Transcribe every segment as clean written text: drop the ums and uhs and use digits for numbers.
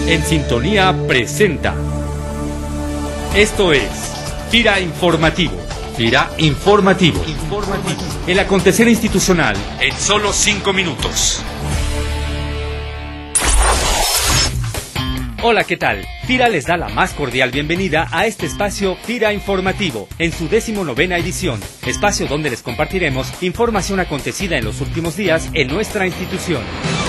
En Sintonía presenta. Esto es FIRA Informativo. FIRA Informativo. El acontecer institucional en solo 5 minutos. Hola, ¿qué tal? FIRA les da la más cordial bienvenida a este espacio FIRA Informativo, en su 19ª edición, espacio donde les compartiremos información acontecida en los últimos días en nuestra institución.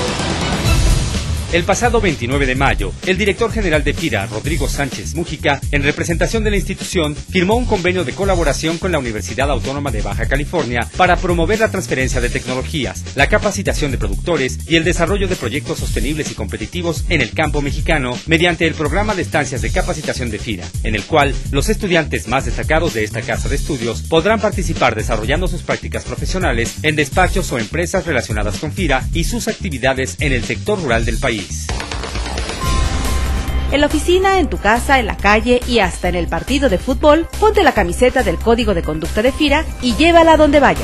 El pasado 29 de mayo, el director general de FIRA, Rodrigo Sánchez Mújica, en representación de la institución, firmó un convenio de colaboración con la Universidad Autónoma de Baja California para promover la transferencia de tecnologías, la capacitación de productores y el desarrollo de proyectos sostenibles y competitivos en el campo mexicano mediante el programa de estancias de capacitación de FIRA, en el cual los estudiantes más destacados de esta casa de estudios podrán participar desarrollando sus prácticas profesionales en despachos o empresas relacionadas con FIRA y sus actividades en el sector rural del país. En la oficina, en tu casa, en la calle y hasta en el partido de fútbol, ponte la camiseta del Código de Conducta de FIRA y llévala donde vayas.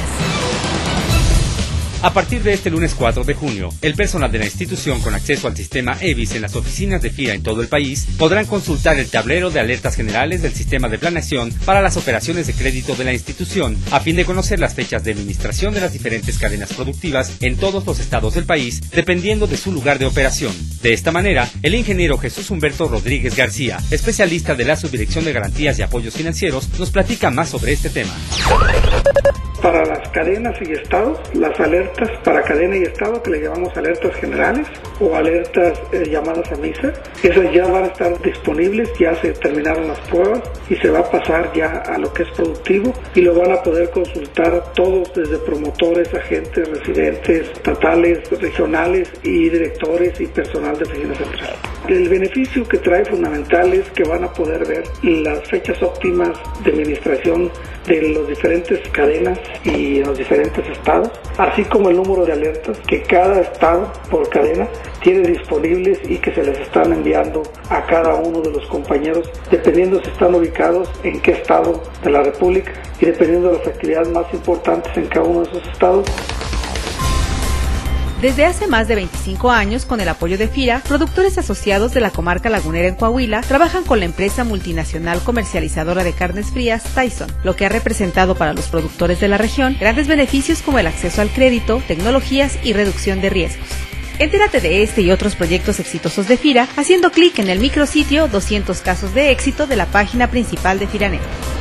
A partir de este lunes 4 de junio, el personal de la institución con acceso al sistema EVIS en las oficinas de FIRA en todo el país podrán consultar el tablero de alertas generales del sistema de planeación para las operaciones de crédito de la institución, a fin de conocer las fechas de administración de las diferentes cadenas productivas en todos los estados del país, dependiendo de su lugar de operación. De esta manera, el ingeniero Jesús Humberto Rodríguez García, especialista de la Subdirección de Garantías y Apoyos Financieros, nos platica más sobre este tema. Para las cadenas y estados, las alertas para cadena y estado, que le llamamos alertas generales o alertas llamadas a misa, esas ya van a estar disponibles, ya se terminaron las pruebas y se va a pasar ya a lo que es productivo y lo van a poder consultar todos, desde promotores, agentes, residentes, estatales, regionales y directores y personal de oficina central. El beneficio que trae fundamental es que van a poder ver las fechas óptimas de administración de las diferentes cadenas y en los diferentes estados, así como el número de alertas que cada estado por cadena tiene disponibles y que se les están enviando a cada uno de los compañeros, dependiendo si están ubicados en qué estado de la República y dependiendo de las actividades más importantes en cada uno de esos estados. Desde hace más de 25 años, con el apoyo de FIRA, productores asociados de la comarca lagunera en Coahuila trabajan con la empresa multinacional comercializadora de carnes frías Tyson, lo que ha representado para los productores de la región grandes beneficios como el acceso al crédito, tecnologías y reducción de riesgos. Entérate de este y otros proyectos exitosos de FIRA haciendo clic en el micrositio 200 casos de éxito de la página principal de FIRANET.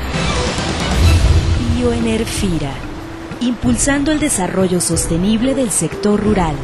Pioneer FIRA, impulsando el desarrollo sostenible del sector rural.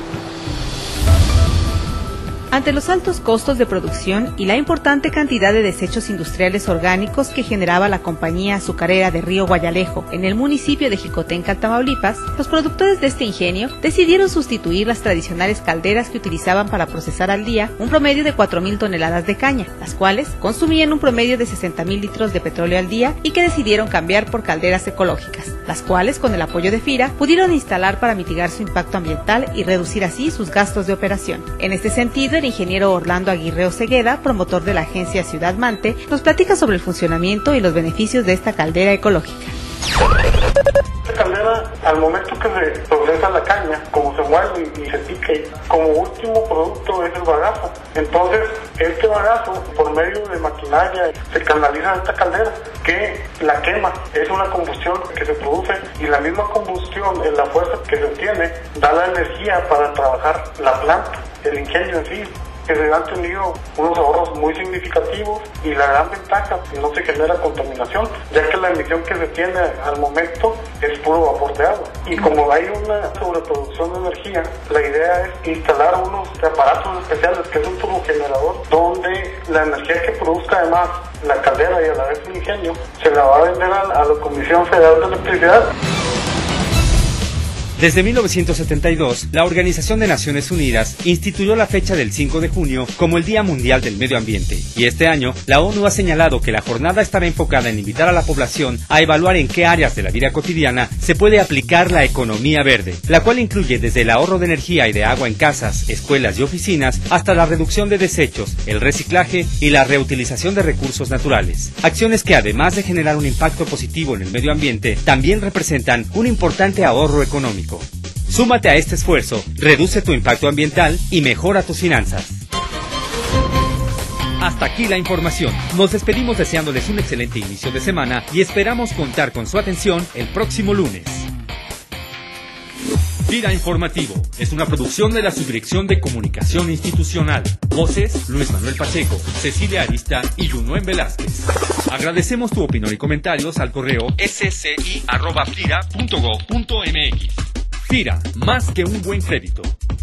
Ante los altos costos de producción y la importante cantidad de desechos industriales orgánicos que generaba la compañía azucarera de Río Guayalejo en el municipio de Jicotenca, Tamaulipas, los productores de este ingenio decidieron sustituir las tradicionales calderas que utilizaban para procesar al día un promedio de 4,000 toneladas de caña, las cuales consumían un promedio de 60,000 litros de petróleo al día y que decidieron cambiar por calderas ecológicas, las cuales, con el apoyo de FIRA, pudieron instalar para mitigar su impacto ambiental y reducir así sus gastos de operación. En este sentido, el ingeniero Orlando Aguirre Osegueda, promotor de la agencia Ciudad Mante, nos platica sobre el funcionamiento y los beneficios de esta caldera ecológica. Esta caldera, al momento que se procesa la caña, como se muele y se pique, como último producto es el bagazo. Entonces, este bagazo, por medio de maquinaria, se canaliza a esta caldera que la quema. Es una combustión que se produce y la misma combustión, en la fuerza que se obtiene, da la energía para trabajar la planta, el ingenio en sí, que se han tenido unos ahorros muy significativos y la gran ventaja que no se genera contaminación, ya que la emisión que se tiene al momento es puro vapor de agua. Y como hay una sobreproducción de energía, la idea es instalar unos aparatos especiales que es un turbogenerador donde la energía que produzca además la caldera y a la vez el ingenio se la va a vender a la Comisión Federal de Electricidad. Desde 1972, la Organización de Naciones Unidas instituyó la fecha del 5 de junio como el Día Mundial del Medio Ambiente, y este año la ONU ha señalado que la jornada estará enfocada en invitar a la población a evaluar en qué áreas de la vida cotidiana se puede aplicar la economía verde, la cual incluye desde el ahorro de energía y de agua en casas, escuelas y oficinas, hasta la reducción de desechos, el reciclaje y la reutilización de recursos naturales. Acciones que, además de generar un impacto positivo en el medio ambiente, también representan un importante ahorro económico. Súmate a este esfuerzo, reduce tu impacto ambiental y mejora tus finanzas. Hasta aquí la información. Nos despedimos deseándoles un excelente inicio de semana y esperamos contar con su atención el próximo lunes. FIRA Informativo es una producción de la Subdirección de Comunicación Institucional. Voces: Luis Manuel Pacheco, Cecilia Arista y Yunuen Velázquez. Agradecemos tu opinión y comentarios al correo sci@fira.gov.mx. FIRA, más que un buen crédito.